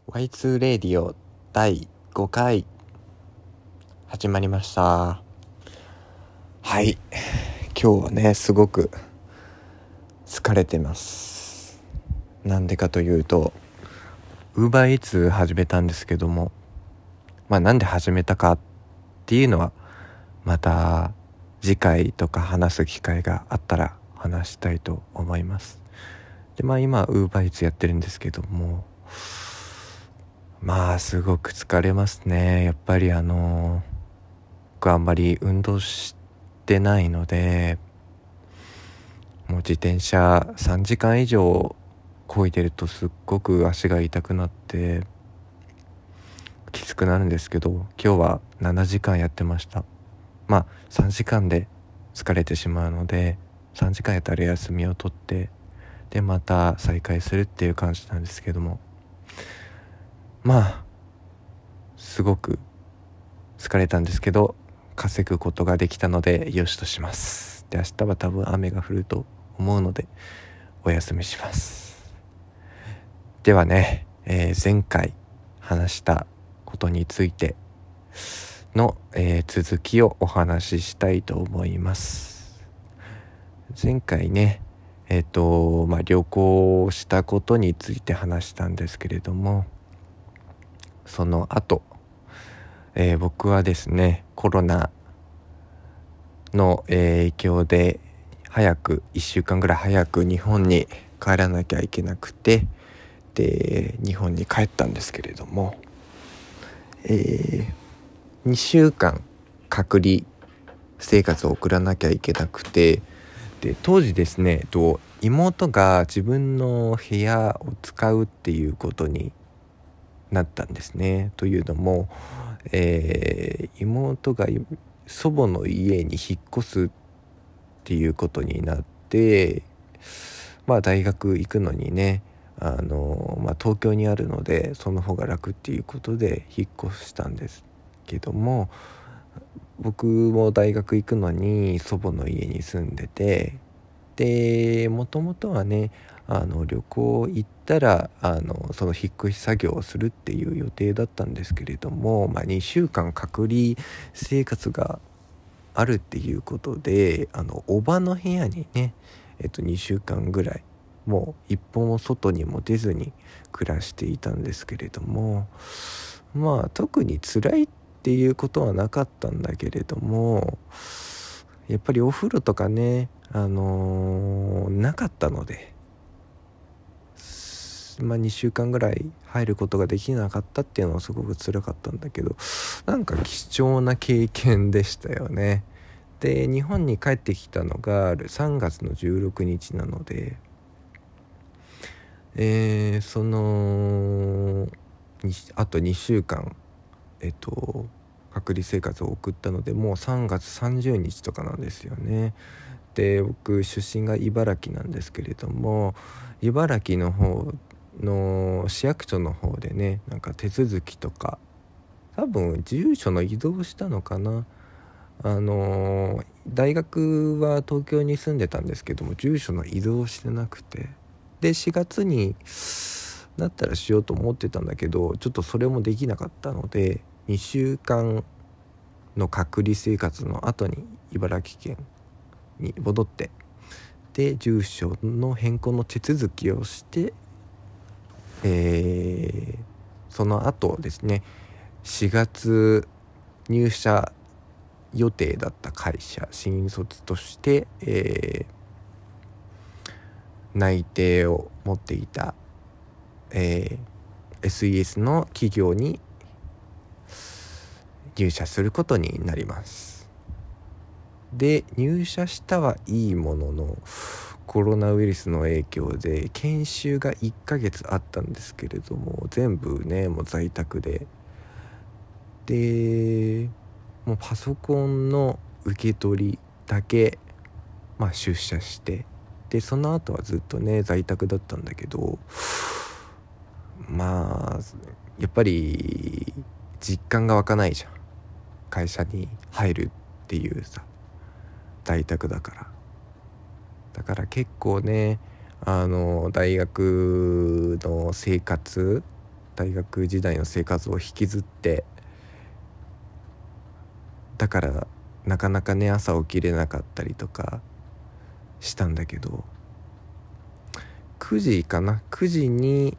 Y2 レディオ第5回始まりました。はい、今日はねすごく疲れてます。なんでかというと UberEats 始めたんですけども、なんで始めたかっていうのはまた次回とか話す機会があったら話したいと思います。で今 UberEats やってるんですけども、すごく疲れますね。やっぱり僕あんまり運動してないので、もう自転車3時間以上漕いでるとすっごく足が痛くなってきつくなるんですけど、今日は7時間やってました。3時間で疲れてしまうので、3時間やったら休みを取って、でまた再開するっていう感じなんですけども、すごく疲れたんですけど稼ぐことができたのでよしとします。で明日は多分雨が降ると思うのでお休みします。ではね、前回話したことについての、続きをお話ししたいと思います。前回ね旅行したことについて話したんですけれども、その後、僕はですねコロナの影響で1週間ぐらい早く日本に帰らなきゃいけなくて、で日本に帰ったんですけれども、2週間隔離生活を送らなきゃいけなくて、で当時ですね妹が自分の部屋を使うっていうことになったんですね。というのも、妹が祖母の家に引っ越すっていうことになって、大学行くのにね東京にあるのでその方が楽っていうことで引っ越したんですけども、僕も大学行くのに祖母の家に住んでて、でもともとはね旅行行ったらその引っ越し作業をするっていう予定だったんですけれども、2週間隔離生活があるっていうことでおばの部屋にね2週間ぐらいもう一歩も外にも出ずに暮らしていたんですけれども、特に辛いっていうことはなかったんだけれども、やっぱりお風呂とかねなかったので、2週間ぐらい入ることができなかったっていうのはすごく辛かったんだけど、なんか貴重な経験でしたよね。で日本に帰ってきたのが3月の16日なので、そのあと2週間隔離生活を送ったので、もう3月30日とかなんですよね。で僕出身が茨城なんですけれども、茨城の方の市役所の方でねなんか手続きとか、多分住所の移動したのかな。大学は東京に住んでたんですけども住所の移動してなくて、で4月になったらしようと思ってたんだけどちょっとそれもできなかったので、2週間の隔離生活の後に茨城県に戻って、で住所の変更の手続きをして、その後ですね4月入社予定だった会社新卒として、内定を持っていた、SES の企業に入社することになります。で入社したはいいもののコロナウイルスの影響で研修が1ヶ月あったんですけれども、全部ねもう在宅でもうパソコンの受け取りだけ、出社して、でその後はずっとね在宅だったんだけど、やっぱり実感が湧かないじゃん、会社に入るっていうさ、在宅だから結構ね大学の生活大学時代の生活を引きずって、だからなかなかね朝起きれなかったりとかしたんだけど、9時かな、9時に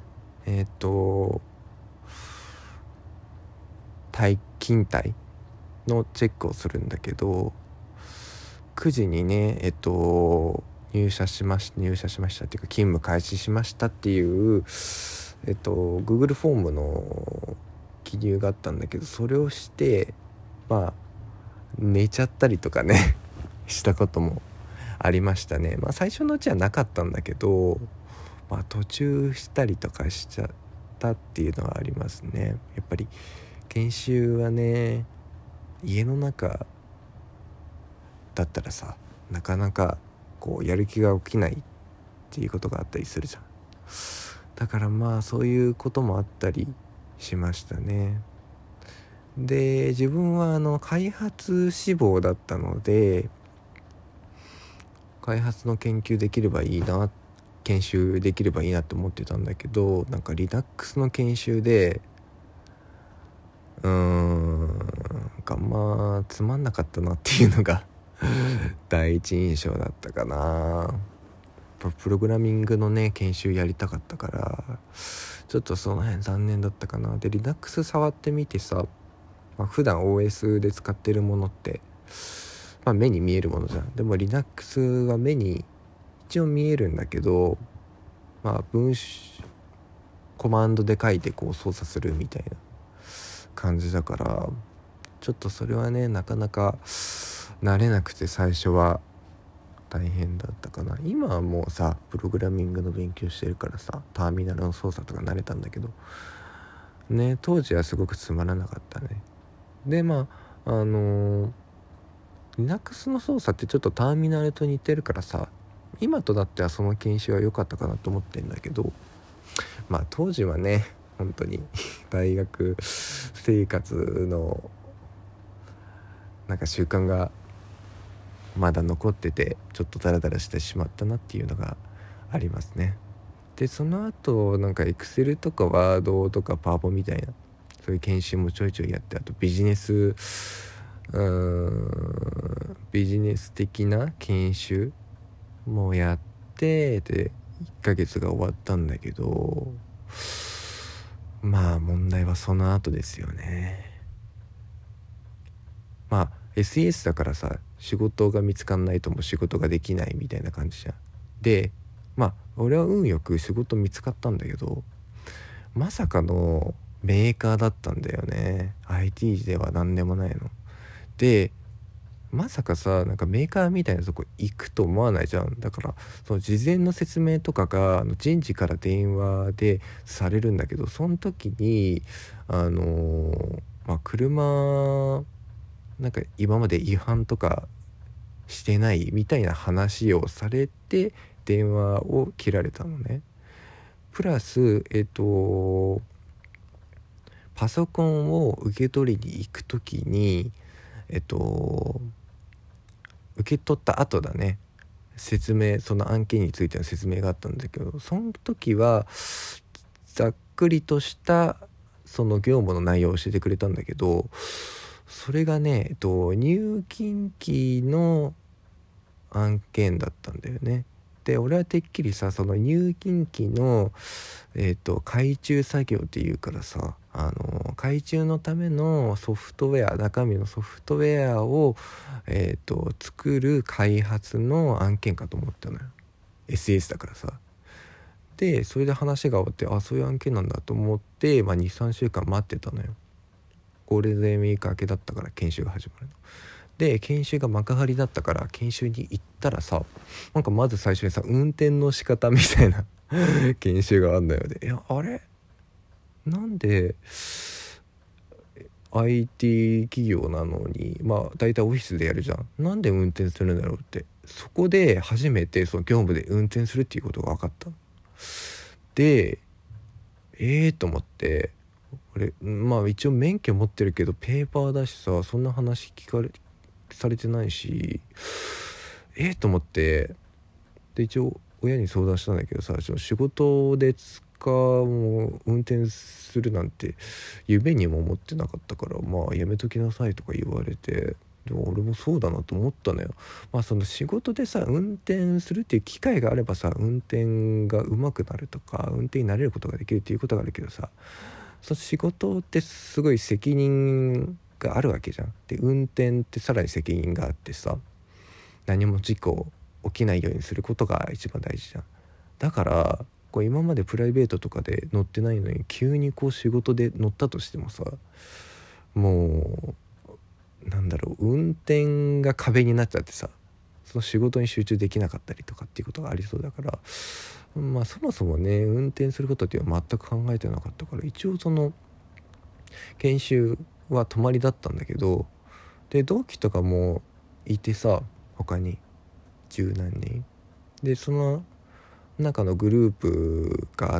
勤怠のチェックをするんだけど、9時にね入社しましたっていうか勤務開始しましたっていうGoogle フォームの記入があったんだけど、それをして寝ちゃったりとかねしたこともありましたね。最初のうちはなかったんだけど、途中したりとかしちゃったっていうのはありますね。やっぱり研修はね、家の中だったらさ、なかなかこうやる気が起きないっていうことがあったりするじゃん。だからそういうこともあったりしましたね。で、自分は開発志望だったので、開発の研修できればいいなって思ってたんだけど、なんか Linux の研修でつまんなかったなっていうのが第一印象だったかな。プログラミングのね研修やりたかったから、ちょっとその辺残念だったかな。で Linux 触ってみてさ、普段 OS で使ってるものって目に見えるものじゃん。でも Linux は目に一応見えるんだけど、コマンドで書いてこう操作するみたいな感じだから、ちょっとそれはねなかなか慣れなくて最初は大変だったかな。今はもうさプログラミングの勉強してるからさ、ターミナルの操作とか慣れたんだけどね、当時はすごくつまらなかったね。でLinux の操作ってちょっとターミナルと似てるからさ、今となってはその研修は良かったかなと思ってんだけど、当時はね本当に大学生活のなんか習慣がまだ残ってて、ちょっとダラダラしてしまったなっていうのがありますね。でその後なんか Excel とか Word とかパワポみたいなそういう研修もちょいちょいやって、あとビジネス的な研修もやって、で1ヶ月が終わったんだけど、問題はその後ですよね。SES だからさ、仕事が見つかんないともう仕事ができないみたいな感じじゃん。で俺は運よく仕事見つかったんだけど、まさかのメーカーだったんだよね。 IT では何でもないので、まさかさなんかメーカーみたいなとこ行くと思わないじゃん。だからその事前の説明とかが人事から電話でされるんだけど、その時に車なんか今まで違反とかしてないみたいな話をされて電話を切られたのね。プラスパソコンを受け取りに行く時に受け取った後だね、説明、その案件についての説明があったんだけど、その時はざっくりとしたその業務の内容を教えてくれたんだけど、それがね、入金期の案件だったんだよね。で俺はてっきりさ、その入金期の開注作業っていうからさ、開注のためのソフトウェア、中身のソフトウェアを作る開発の案件かと思ったのよ。 SS だからさ。でそれで話が終わって、そういう案件なんだと思って、2,3 週間待ってたのよ。ゴールデンウィーク明けだったから研修が始まるので、研修が幕張だったから研修に行ったらさ、なんかまず最初にさ運転の仕方みたいな研修があんだよね。あれなんで IT 企業なのに大体オフィスでやるじゃん、なんで運転するんだろうって、そこで初めてその業務で運転するっていうことが分かった。でと思って、俺一応免許持ってるけどペーパーだしさ、そんな話されてないしと思って、で一応親に相談したんだけどさ、仕事で使カも運転するなんて夢にも思ってなかったから、まあやめときなさいとか言われて、でも俺もそうだなと思ったのよ。まあその仕事でさ運転するっていう機会があればさ、運転が上手くなるとか運転になれることができるっていうことがあるけどさ、その仕事ってすごい責任があるわけじゃん。で運転ってさらに責任があってさ、何も事故起きないようにすることが一番大事じゃん。だからこう今までプライベートとかで乗ってないのに急にこう仕事で乗ったとしてもさ、もうなんだろう、運転が壁になっちゃってさ、その仕事に集中できなかったりとかっていうことがありそうだから、まあそもそもね運転することっていうのは全く考えてなかったから、一応その研修は泊まりだったんだけど、で同期とかもいてさ、他に十何人で、その中のグループがあって、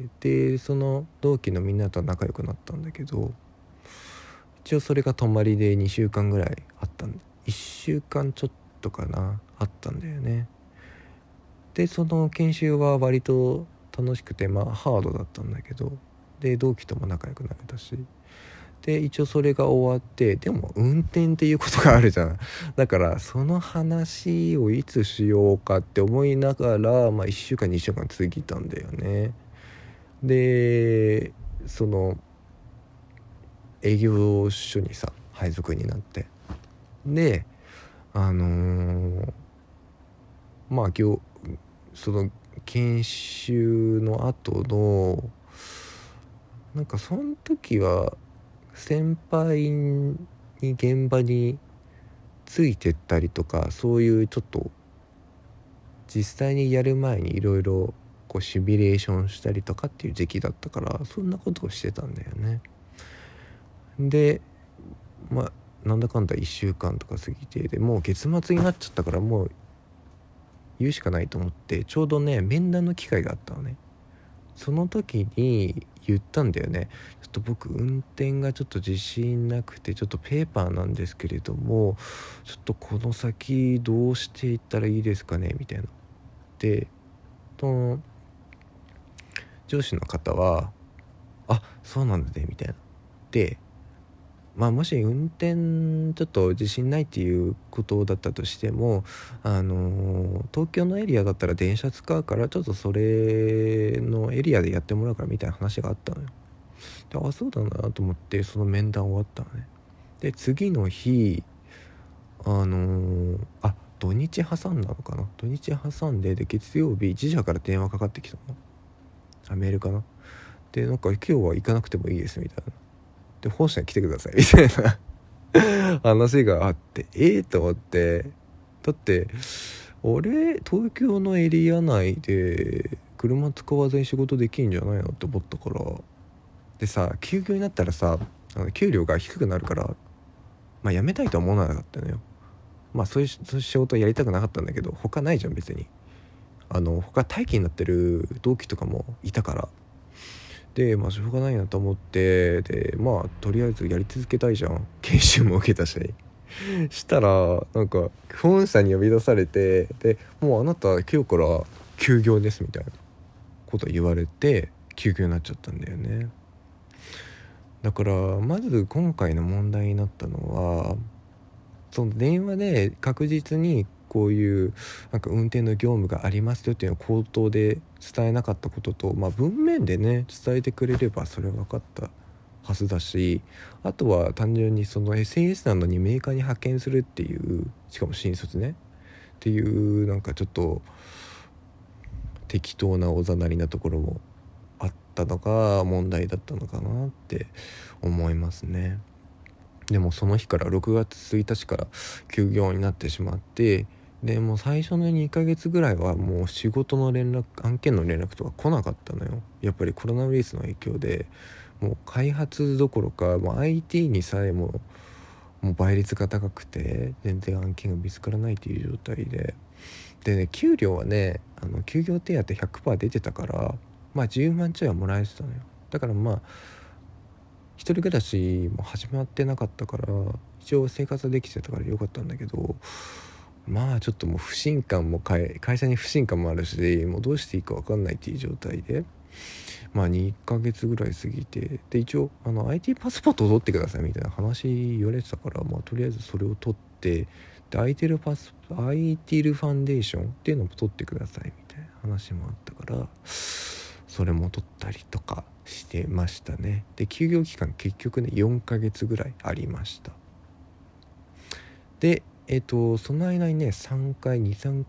でその同期のみんなとは仲良くなったんだけど、一応それが泊まりで2週間ぐらいあったんで、1週間ちょっとかなあったんだよね。でその研修は割と楽しくて、まあハードだったんだけど、で同期とも仲良くなれたし、で一応それが終わって、でも運転っていうことがあるじゃん。だからその話をいつしようかって思いながら、まあ1週間2週間過ぎたんだよね。でその営業所にさ配属になって、でまあその研修の後のなんかその時は先輩に現場についてったりとか、そういうちょっと実際にやる前にいろいろこうシミュレーションしたりとかっていう時期だったから、そんなことをしてたんだよね。でまあなんだかんだ1週間とか過ぎて、でもう月末になっちゃったから、もう言うしかないと思って、ちょうどね面談の機会があったのね。その時に言ったんだよね。ちょっと僕運転がちょっと自信なくて、ちょっとペーパーなんですけれども、ちょっとこの先どうしていったらいいですかねみたいな。でその上司の方はあそうなんだねみたいな。でまあもし運転ちょっと自信ないっていうことだったとしても、東京のエリアだったら電車使うから、ちょっとそれのエリアでやってもらうからみたいな話があったのよ。でそうだなと思って、その面談終わったのね。で次の日土日挟んだのかな、土日挟んで、で月曜日自社から電話かかってきたの。メールかな。でなんか今日は行かなくてもいいですみたいな。で本社に来てくださいみたいな話があって、と思って、だって俺東京のエリア内で車使わずに仕事できんじゃないのって思ったから。でさ休業になったらさ給料が低くなるから、まあ辞めたいとは思わなかったのよ。まあそういう仕事やりたくなかったんだけど、他ないじゃん別に。他待機になってる同期とかもいたから。でまあしょうがないなと思って、でまあとりあえずやり続けたいじゃん、研修も受けたししたらなんか本社に呼び出されて、でもうあなた今日から休業ですみたいなこと言われて、休業になっちゃったんだよね。だからまず今回の問題になったのは、その電話で確実にこういうなんか運転の業務がありますよっていうのを口頭で伝えなかったことと、まあ文面でね伝えてくれればそれは分かったはずだし、あとは単純にその SAS なのにメーカーに派遣するっていう、しかも新卒ねっていうなんかちょっと適当なおざなりなところもあったのが問題だったのかなって思いますね。でもその日から6月1日から休業になってしまって、でもう最初の2ヶ月ぐらいはもう仕事の連絡、案件の連絡とか来なかったのよ。やっぱりコロナウイルスの影響でもう開発どころかもう IT にさえももう倍率が高くて全然案件が見つからないという状態でね、給料はね休業手当 100% 出てたから、まあ10万ちょいはもらえてたのよ。だからまあ一人暮らしも始まってなかったから一応生活はできてたからよかったんだけど、まあちょっともう不信感も会社に不信感もあるし、もうどうしていいか分かんないっていう状態で、 2ヶ月ぐらい過ぎて、で一応IT パスポートを取ってくださいみたいな話言われてたから、とりあえずそれを取って、で空いてるファンデーションっていうのも取ってくださいみたいな話もあったから、それも取ったりとかしてましたね。で休業期間結局ね4ヶ月ぐらいありました。でその間にね3回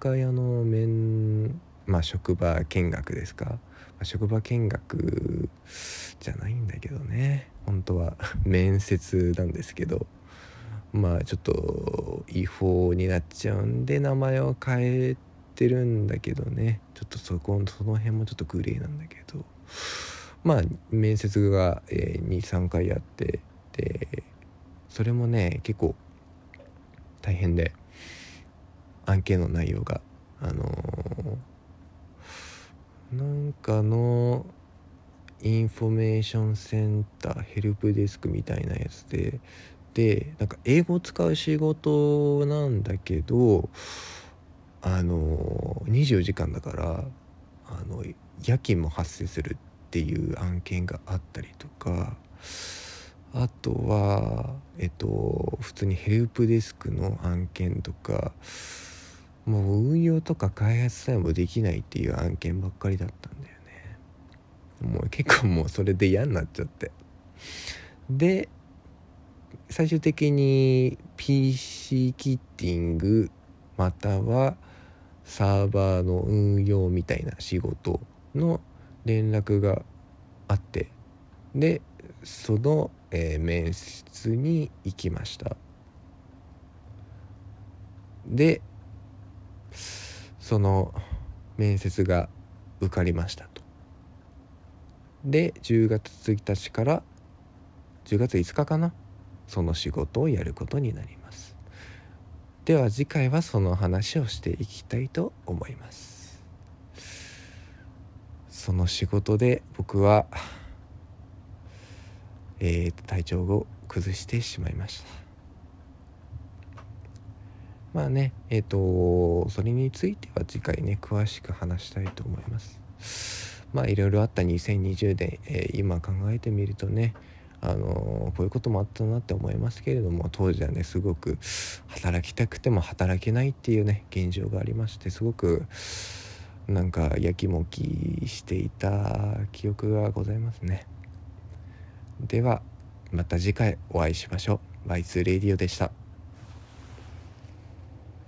職場見学ですか、職場見学じゃないんだけどね、本当は面接なんですけど、ちょっと違法になっちゃうんで名前を変えてるんだけどね、ちょっとその辺もちょっとグレーなんだけど、面接が、2、3回あって、でそれもね結構大変で、案件の内容がなんかのインフォメーションセンターヘルプデスクみたいなやつでなんか英語を使う仕事なんだけど24時間だから夜勤も発生するっていう案件があったりとか、あとは普通にヘルプデスクの案件とか、もう運用とか開発さえもできないっていう案件ばっかりだったんだよね。もう結構もうそれで嫌になっちゃって、で最終的に PC キッティングまたはサーバーの運用みたいな仕事の連絡があって、でその、面接に行きました。でその面接が受かりましたと。で10月1日から10月5日かな、その仕事をやることになります。では次回はその話をしていきたいと思います。その仕事で僕は、体調を崩してしまいました。それについては次回ね詳しく話したいと思います。いろいろあった2020年、今考えてみるとねこういうこともあったなって思いますけれども、当時はねすごく働きたくても働けないっていうね現状がありまして、すごくなんかやきもきしていた記憶がございますね。ではまた次回お会いしましょう。バイツーレディオでした。